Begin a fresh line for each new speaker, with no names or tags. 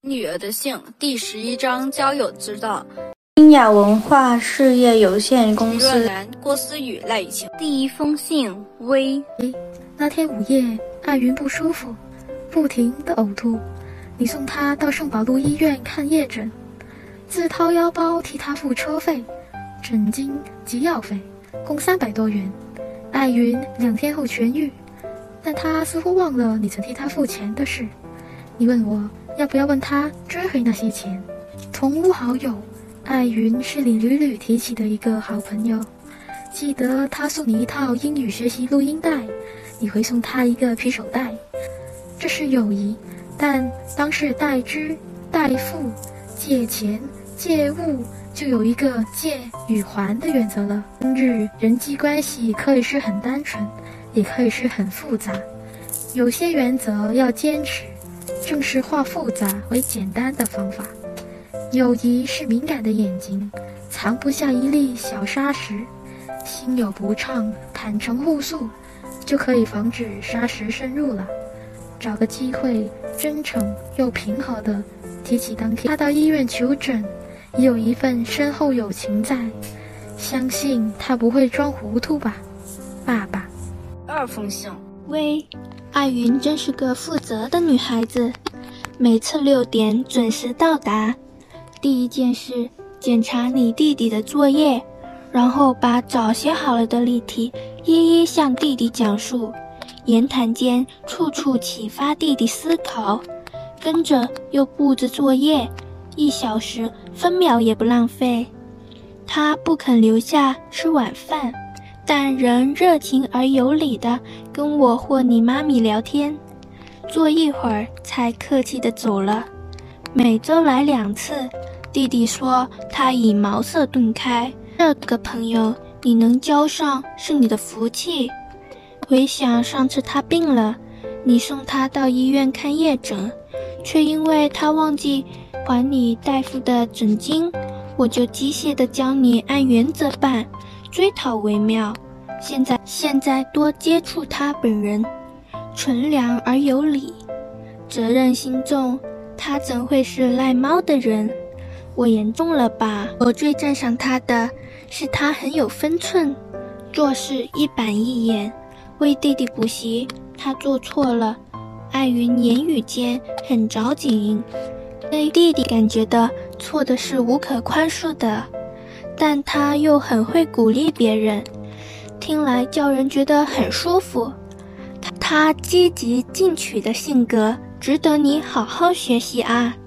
女儿的姓第11章交友之道。
新雅文化事业有限公司。
然郭思雨赖雨晴。第一封信微。
那天午夜，艾云不舒服，不停地呕吐。你送她到圣保禄医院看夜诊，自掏腰包替她付车费、诊金及药费，共300多元。艾云2天后痊愈，但她似乎忘了你曾替她付钱的事。你问我要不要问她追回那些钱。同屋好友，艾云是你屡屡提起的一个好朋友。记得她送你一套英语学习录音带，你回送她一个皮手袋。这是友谊，但当是代之、代付、借钱、借物，就有一个借与还的原则了。人际关系可以是很单纯，也可以是很复杂，有些原则要坚持，正是化复杂为简单的方法。友谊是敏感的眼睛，藏不下一粒小沙石，心有不畅，坦诚互诉，就可以防止沙石深入了。找个机会，真诚又平和地提起当天他到医院求诊，也有一份深厚友情在，相信他不会装糊涂吧，爸爸。
2封信
喂，艾云真是个负责的女孩子，每次6点准时到达。第一件事，检查你弟弟的作业，然后把早写好了的例题一一向弟弟讲述，言谈间处处启发弟弟思考，跟着又布置作业，1小时分秒也不浪费。他不肯留下吃晚饭，但仍热情而有礼地跟我或你妈咪聊天，坐一会儿才客气地走了。每周来2次，弟弟说他已茅塞顿开，这个朋友你能交上是你的福气。回想上次他病了，你送他到医院看夜诊，却因为他忘记还你大夫的诊金，我就机械地教你按原则办，追讨为妙。现在多接触他本人，纯良而有礼，责任心重，他怎会是赖猫的人？我严重了吧？我最赞赏他的是他很有分寸，做事一板一眼。为弟弟补习，他做错了，艾云言语间很着紧，对弟弟感觉的错的是无可宽恕的，但他又很会鼓励别人，听来叫人觉得很舒服。他积极进取的性格值得你好好学习啊。